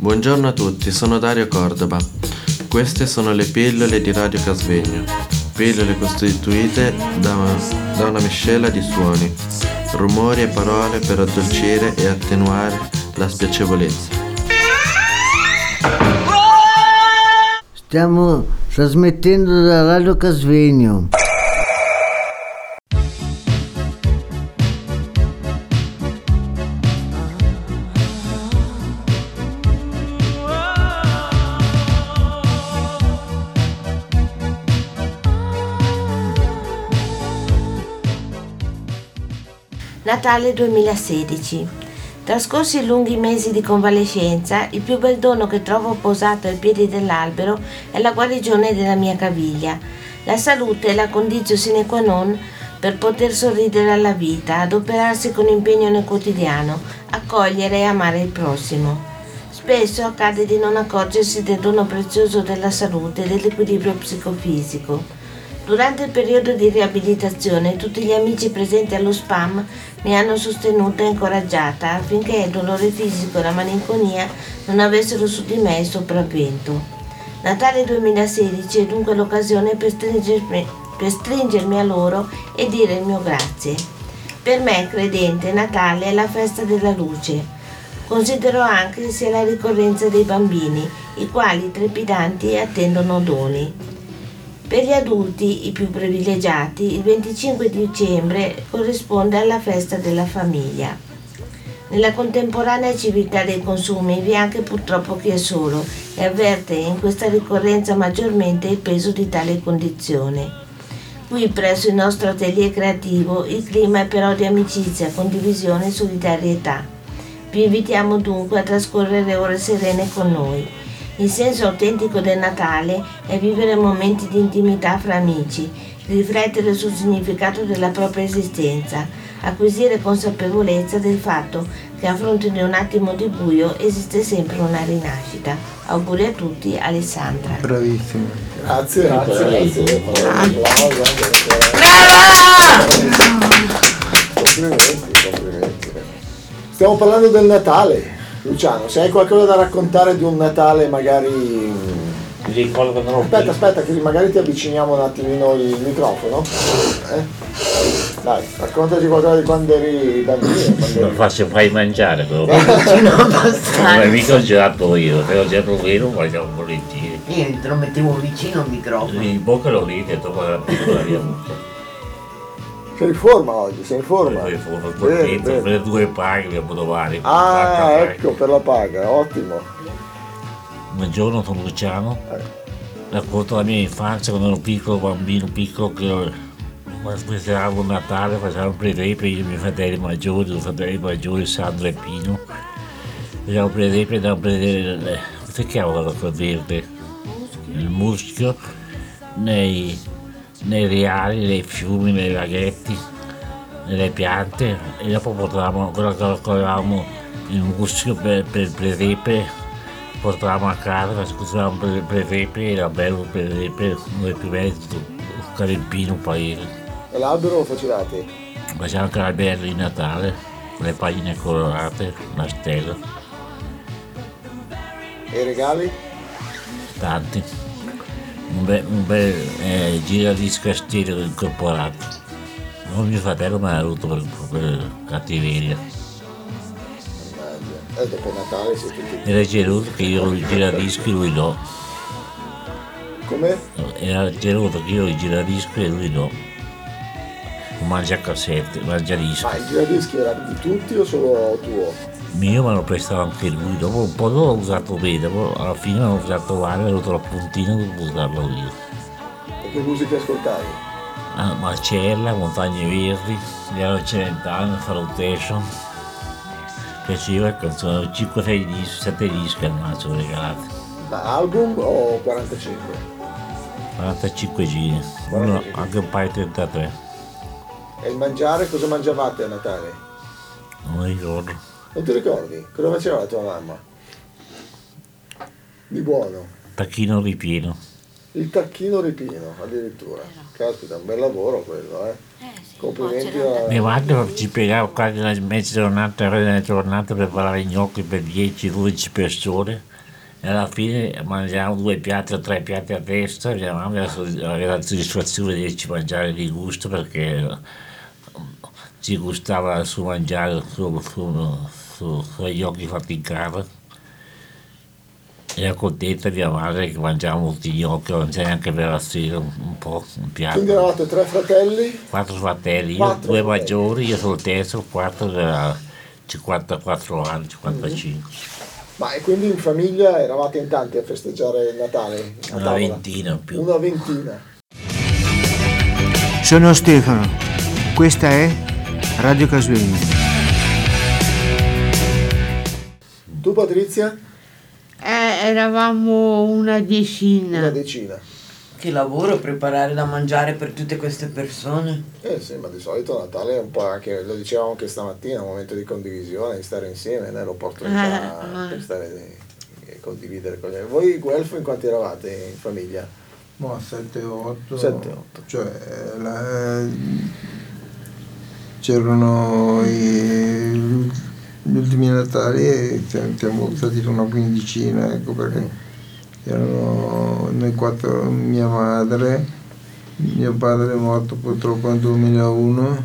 Buongiorno a tutti, sono Dario Cordova. Queste sono le pillole di Radio Casvegno. Pillole costituite da una miscela di suoni, rumori e parole per addolcire e attenuare la spiacevolezza. Stiamo trasmettendo da Radio Casvegno. Natale 2016. Trascorsi i lunghi mesi di convalescenza, il più bel dono che trovo posato ai piedi dell'albero è la guarigione della mia caviglia. La salute è la condizio sine qua non per poter sorridere alla vita, adoperarsi con impegno nel quotidiano, accogliere e amare il prossimo. Spesso accade di non accorgersi del dono prezioso della salute e dell'equilibrio psicofisico. Durante il periodo di riabilitazione tutti gli amici presenti allo SPAM mi hanno sostenuta e incoraggiata affinché il dolore fisico e la malinconia non avessero su di me il sopravvento. Natale 2016 è dunque l'occasione per stringermi a loro e dire il mio grazie. Per me, credente, Natale è la festa della luce. Considero anche sia la ricorrenza dei bambini, i quali trepidanti attendono doni. Per gli adulti, i più privilegiati, il 25 dicembre corrisponde alla festa della famiglia. Nella contemporanea civiltà dei consumi vi è anche purtroppo chi è solo e avverte in questa ricorrenza maggiormente il peso di tale condizione. Qui presso il nostro atelier creativo il clima è però di amicizia, condivisione e solidarietà. Vi invitiamo dunque a trascorrere ore serene con noi. Il senso autentico del Natale è vivere momenti di intimità fra amici, riflettere sul significato della propria esistenza, acquisire consapevolezza del fatto che a fronte di un attimo di buio esiste sempre una rinascita. Auguri a tutti, Alessandra. Bravissimo. Grazie. Complimenti. Stiamo parlando del Natale. Luciano, se hai qualcosa da raccontare di un Natale magari... Mi ricordo quando ero Aspetta, che magari ti avviciniamo un attimino il microfono. Dai, raccontaci qualcosa di quando eri bambino. Non faccio mai mangiare, però. abbastanza. Mica ho girato io, se ho girato io mangiavo volentieri. Io te lo mettevo vicino al microfono. In bocca lo ride, dopo la piccola via bocca. Sei in forma oggi, sei in forma. Poi sono Bene, contento, bene. per le 2 paghe che potevo fare. Ah, ecco, per la paga, ottimo. Buongiorno, sono Luciano. Racconto la mia infanzia quando ero piccolo, bambino piccolo, che festeggiavo il Natale, facevamo presepe, io e i miei fratelli maggiori, due fratelli maggiori, Sandro e Pino. Facevamo presepe, andavamo a prendere, si chiama la cosa verde? Il muschio, nei riali, nei fiumi, nei laghetti, nelle piante, e dopo portavamo quello che avevamo il muschio per il presepe, portavamo a casa, facevamo per il presepe, era bello il presepe, uno dei più belli di tutto il Pino paese. E l'albero lo facevate? Facevamo anche l'albero di Natale, con le palline colorate, una stella, E i regali? tanti. Un bel giradisco a stile incorporato. Non mio fratello mi ha avuto per cattiveria. E dopo Natale siete tutti... Era geloso che io il giradischi e lui no. Come? Era geloso che io il giradischi e lui no. Un mangiacassette, mangiadisco. Ma il giradischi era di tutti o solo tuo? Mio me lo prestava anche lui, dopo un po' l'ho usato bene, poi alla fine l'ho usato male, ho avuto la puntina e devo usarlo io. E che musica ascoltavi? Marcella, Montagne Verdi, Piano Celentano, Farotation. Piaceva la canzone, 5-6 dischi, 7 dischi al massimo regalati. Ma album o 45? 45 giri, uno, anche un paio di 33, E il mangiare, cosa mangiavate a Natale? non mi ricordo. Non ti ricordi? Cosa faceva la tua mamma? Di buono? Tacchino ripieno. Il tacchino ripieno, addirittura. Caspita, un bel lavoro quello, eh? Complimenti a... Mia madre ci piegava quasi una mezza giornata, una giornata per preparare i gnocchi per 10-12 persone. e alla fine mangiavamo 2 piatti o 3 piatti a testa, mia mamma aveva la soddisfazione di ci mangiare di gusto perché ci gustava il suo mangiare, suoi occhi fatti in casa. Era contenta mia madre che mangiavamo tutti gli occhi, non c'è neanche per la sera un po', un piatto. Quindi eravate 3 fratelli? 4 fratelli, io 4 2 fratelli. maggiori, io sono il terzo, il quarto aveva 54 anni, 55. Ma e quindi in famiglia eravate in tanti a festeggiare il Natale? a Una tavola? ventina in più. Una ventina. Sono Stefano, questa è Radio Casvegno. Tu Patrizia? Eravamo una Una decina. decina. Che lavoro preparare da mangiare per tutte queste persone. Sì, ma di solito Natale è un po' anche, lo dicevamo anche stamattina, un momento di condivisione, di stare insieme, né? L'opportunità per stare e condividere con gli altri. Voi Guelfo in quanti eravate in famiglia? Ma 7-8. 7-8. Cioè, c'erano gli ultimi Natali e siamo stati una quindicina, ecco perché erano noi 4, mia madre, mio padre è morto purtroppo nel 2001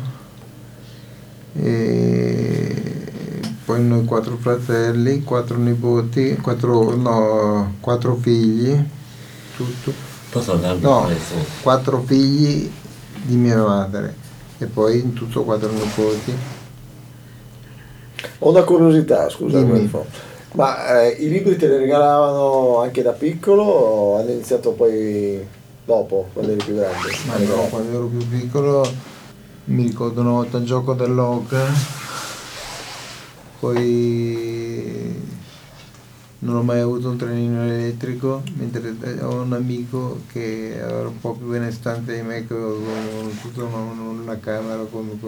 e poi noi 4 fratelli, 4 nipoti, 4 figli, tutto. Posso andare No, presto? 4 figli di mia madre e poi in tutto 4 nipoti. Ho una curiosità, scusa Dimmi. Guelfo. Ma i libri te li regalavano anche da piccolo o hanno iniziato poi dopo, quando eri più grande? Ma no, quando ero più piccolo mi ricordo una volta il gioco dell'oca, poi non ho mai avuto un trenino elettrico, mentre ho un amico che era un po' più benestante di me, che aveva tutta una camera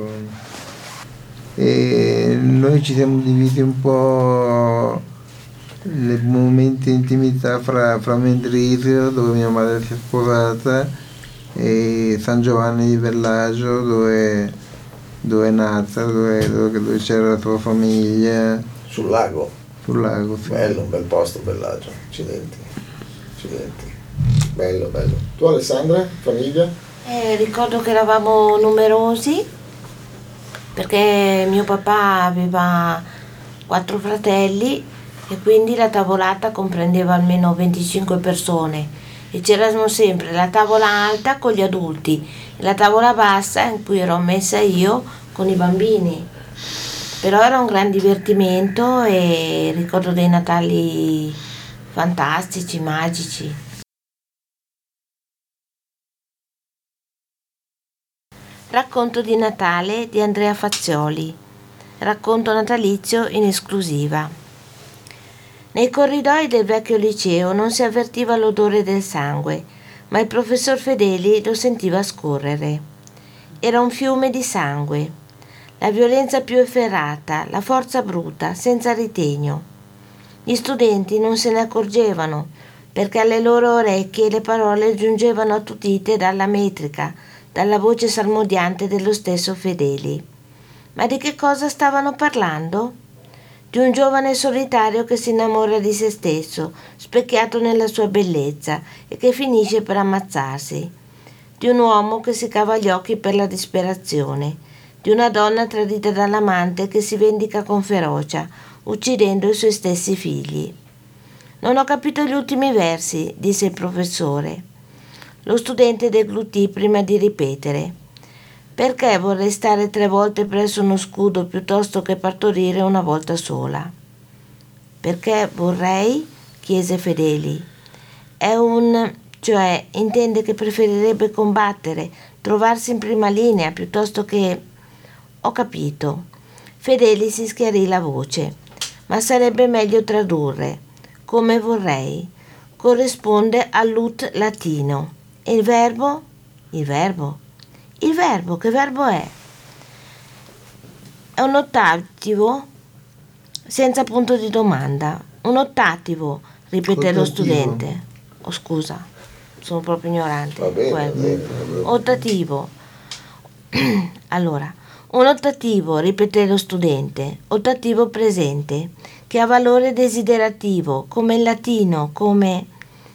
e noi ci siamo divisi un po' nei momenti di intimità fra Mendrisio, dove mia madre si è sposata, e San Giovanni di Bellagio, dove è nata, dove c'era la sua famiglia, Sul lago? sul lago. Sì. Bello, un bel posto, Bellagio. Accidenti. Bello, bello. Tu Alessandra, famiglia? Ricordo che eravamo numerosi perché mio papà aveva 4 fratelli e quindi la tavolata comprendeva almeno 25 persone e c'erano sempre la tavola alta con gli adulti e la tavola bassa in cui ero messa io con i bambini. Però era un gran divertimento e ricordo dei Natali fantastici, magici. Racconto di Natale di Andrea Fazioli. Racconto natalizio in esclusiva. Nei corridoi del vecchio liceo non si avvertiva l'odore del sangue, ma il professor Fedeli lo sentiva scorrere. Era un fiume di sangue, la violenza più efferata, la forza bruta, senza ritegno. Gli studenti non se ne accorgevano, perché alle loro orecchie le parole giungevano attutite dalla metrica, dalla voce salmodiante dello stesso Fedeli. Ma di che cosa stavano parlando? Di un giovane solitario che si innamora di se stesso, specchiato nella sua bellezza e che finisce per ammazzarsi. Di un uomo che si cava gli occhi per la disperazione. Di una donna tradita dall'amante che si vendica con ferocia, uccidendo i suoi stessi figli. Non ho capito gli ultimi versi, disse il professore. Lo studente deglutì prima di ripetere. Perché vorrei stare 3 volte presso uno scudo piuttosto che partorire una volta sola? Perché vorrei? Chiese Fedeli. Cioè intende che preferirebbe combattere, trovarsi in prima linea piuttosto che... Ho capito. Fedeli si schiarì la voce. Ma sarebbe meglio tradurre. Come vorrei. Corrisponde all'ut latino. E il verbo? Il verbo? Il verbo, che verbo è? È un ottativo senza punto di domanda. Un ottativo, ripete lo studente. Oh, scusa, sono proprio ignorante. Va bene, va bene. Ottativo. Allora, un ottativo, ripete lo studente. Ottativo presente, che ha valore desiderativo, come il latino, come...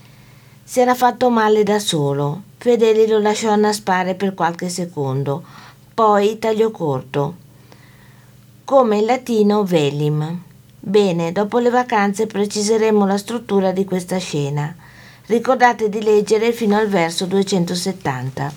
Si era fatto male da solo. Fedeli lo lasciò annaspare per qualche secondo, poi tagliò corto. Come il latino velim. Bene, dopo le vacanze preciseremo la struttura di questa scena. Ricordate di leggere fino al verso 270.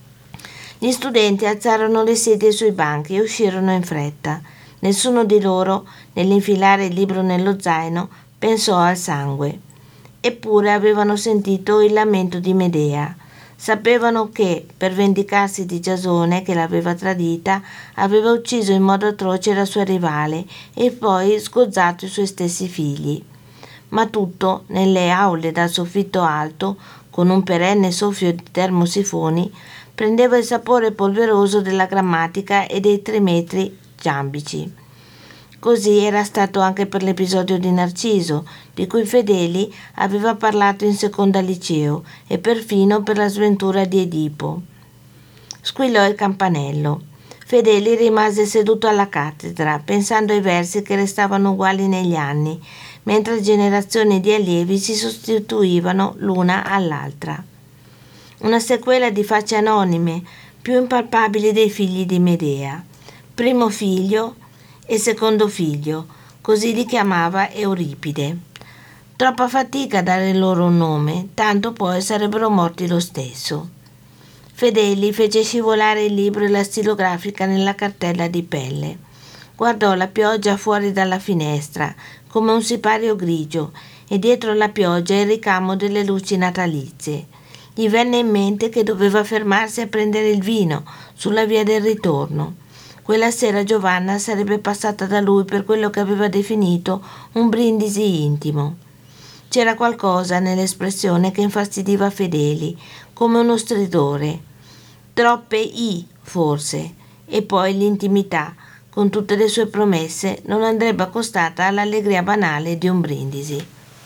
Gli studenti alzarono le sedie sui banchi e uscirono in fretta. Nessuno di loro, nell'infilare il libro nello zaino, pensò al sangue. Eppure avevano sentito il lamento di Medea. Sapevano che, per vendicarsi di Giasone che l'aveva tradita, aveva ucciso in modo atroce la sua rivale e poi sgozzato i suoi stessi figli. Ma tutto, nelle aule dal soffitto alto, con un perenne soffio di termosifoni, prendeva il sapore polveroso della grammatica e dei 3 metri giambici. Così era stato anche per l'episodio di Narciso, di cui Fedeli aveva parlato in seconda liceo, e perfino per la sventura di Edipo. Squillò il campanello. Fedeli rimase seduto alla cattedra, pensando ai versi che restavano uguali negli anni, mentre generazioni di allievi si sostituivano l'una all'altra. Una sequela di facce anonime, più impalpabili dei figli di Medea. Primo figlio e secondo figlio, così li chiamava Euripide. Troppa fatica a dare loro un nome, tanto poi sarebbero morti lo stesso. Fedeli fece scivolare il libro e la stilografica nella cartella di pelle. Guardò la pioggia fuori dalla finestra, come un sipario grigio, e dietro la pioggia il ricamo delle luci natalizie. Gli venne in mente che doveva fermarsi a prendere il vino sulla via del ritorno. Quella sera Giovanna sarebbe passata da lui per quello che aveva definito un brindisi intimo. C'era qualcosa nell'espressione che infastidiva Fedeli, come uno stridore. Troppe i, forse, e poi l'intimità, con tutte le sue promesse, non andrebbe accostata all'allegria banale di un brindisi.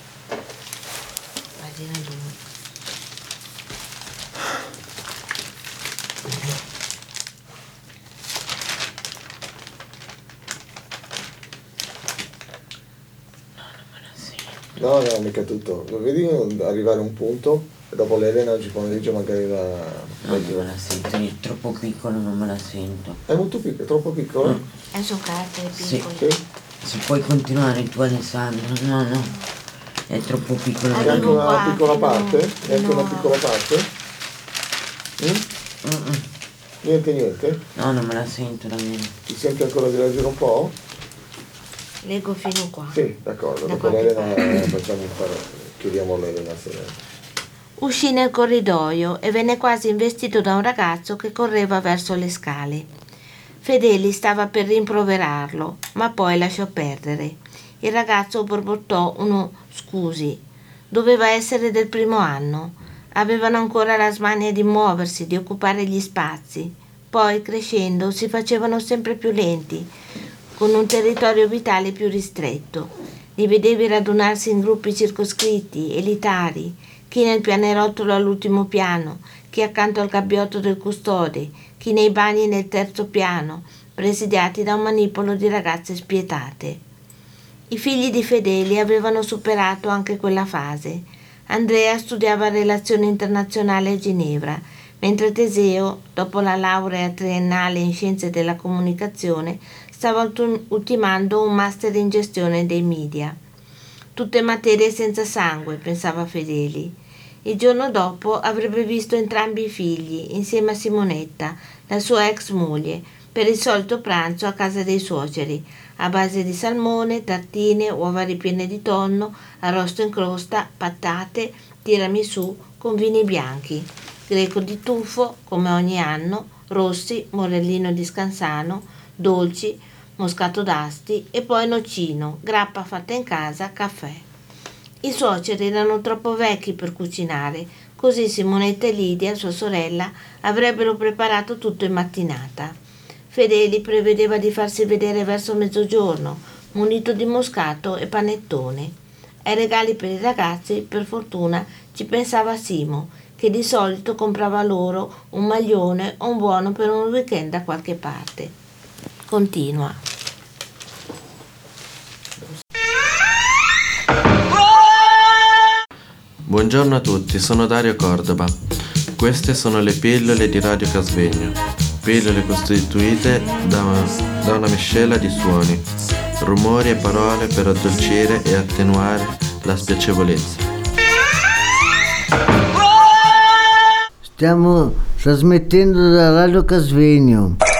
No, mica tutto. Vedi arrivare a un punto e dopo l'Elena oggi pomeriggio magari la... No, non me la sento, è troppo piccolo, non me la sento. È molto piccolo, è troppo piccolo? Sono carattere Sì. piccoli. Sì. Se puoi continuare tu, Alessandro, no, è troppo piccolo. Neanche Arrivo una qua, piccola no, parte? Neanche no. una piccola parte? Niente? No, non me la sento da me. Ti senti ancora di leggere un po'? Leggo fino qua. Sì, d'accordo. Da Dopo qualche l'Elena facciamo chiediamo l'Elena se... Uscì nel corridoio e venne quasi investito da un ragazzo che correva verso le scale. Fedeli stava per rimproverarlo, ma poi lasciò perdere. Il ragazzo borbottò uno scusi. Doveva essere del primo anno. Avevano ancora la smania di muoversi, di occupare gli spazi. Poi, crescendo, si facevano sempre più lenti, con un territorio vitale più ristretto. Li vedevi radunarsi in gruppi circoscritti, elitari, chi nel pianerottolo all'ultimo piano, chi accanto al gabbiotto del custode, chi nei bagni nel terzo piano, presidiati da un manipolo di ragazze spietate. I figli di Fedeli avevano superato anche quella fase. Andrea studiava relazioni internazionali a Ginevra, mentre Teseo, dopo la laurea triennale in scienze della comunicazione, stava ultimando un master in gestione dei media. Tutte materie senza sangue, pensava Fedeli. Il giorno dopo avrebbe visto entrambi i figli, insieme a Simonetta, la sua ex moglie, per il solito pranzo a casa dei suoceri, a base di salmone, tartine, uova ripiene di tonno, arrosto in crosta, patate, tiramisù con vini bianchi, greco di tufo, come ogni anno, rossi, morellino di Scansano, dolci, moscato d'Asti e poi nocino, grappa fatta in casa, caffè. I suoceri erano troppo vecchi per cucinare, così Simonetta e Lidia, sua sorella, avrebbero preparato tutto in mattinata. Fedeli prevedeva di farsi vedere verso mezzogiorno, munito di moscato e panettone. Ai regali per i ragazzi, per fortuna, ci pensava Simo, che di solito comprava loro un maglione o un buono per un weekend da qualche parte. Continua. Buongiorno a tutti, sono Dario Cordova. Queste sono le pillole di Radio Casvegno. Pillole costituite da una miscela di suoni, rumori e parole per addolcire e attenuare la spiacevolezza. Stiamo trasmettendo da Radio Casvegno.